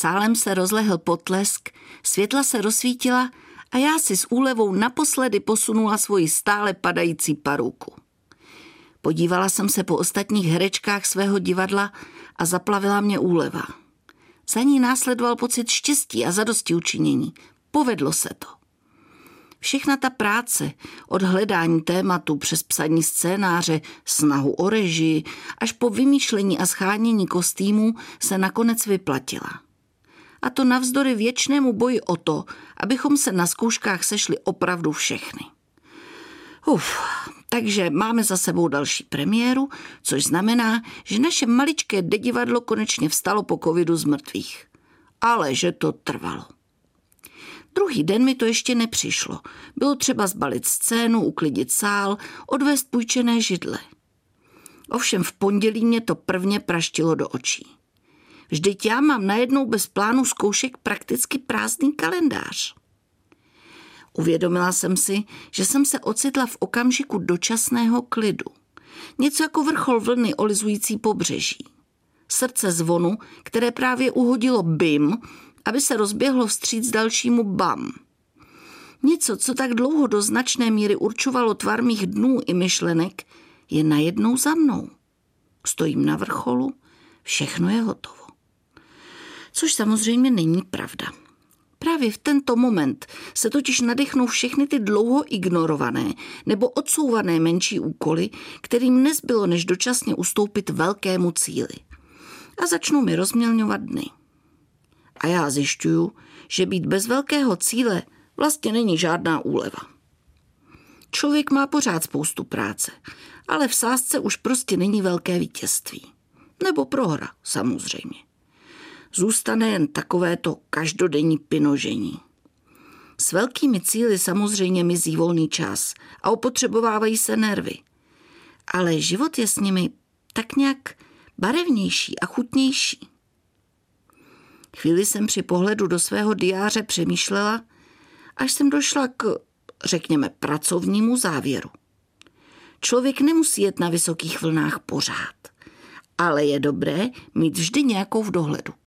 Sálem se rozlehl potlesk, světla se rozsvítila a já si s úlevou naposledy posunula svoji stále padající paruku. Podívala jsem se po ostatních herečkách svého divadla a zaplavila mě úleva. Za ní následoval pocit štěstí a zadostiučinění. Povedlo se to. Všechna ta práce, od hledání tématu přes psaní scénáře, snahu o režii, až po vymýšlení a schánění kostýmů se nakonec vyplatila. A to navzdory věčnému boji o to, abychom se na zkouškách sešli opravdu všechny. Takže máme za sebou další premiéru, což znamená, že naše maličké divadlo konečně vstalo po covidu z mrtvých. Ale že to trvalo. Druhý den mi to ještě nepřišlo. Bylo třeba zbalit scénu, uklidit sál, odvést půjčené židle. Ovšem v pondělí mě to prvně praštilo do očí. Vždyť já mám najednou bez plánu zkoušek prakticky prázdný kalendář. Uvědomila jsem si, že jsem se ocitla v okamžiku dočasného klidu. Něco jako vrchol vlny olizující pobřeží. Srdce zvonu, které právě uhodilo bim, aby se rozběhlo vstříc dalšímu bam. Něco, co tak dlouho do značné míry určovalo tvar mých dnů i myšlenek, je najednou za mnou. Stojím na vrcholu, všechno je hotovo. Což samozřejmě není pravda. Právě v tento moment se totiž nadechnou všechny ty dlouho ignorované nebo odsouvané menší úkoly, kterým nezbylo než dočasně ustoupit velkému cíli. A začnou mi rozmělňovat dny. A já zjišťuju, že být bez velkého cíle vlastně není žádná úleva. Člověk má pořád spoustu práce, ale v sázce už prostě není velké vítězství. Nebo prohra, samozřejmě. Zůstane jen takovéto každodenní pinožení. S velkými cíli samozřejmě mizí volný čas a opotřebovávají se nervy. Ale život je s nimi tak nějak barevnější a chutnější. Chvíli jsem při pohledu do svého diáře přemýšlela, až jsem došla k, řekněme, pracovnímu závěru. Člověk nemusí jet na vysokých vlnách pořád, ale je dobré mít vždy nějakou v dohledu.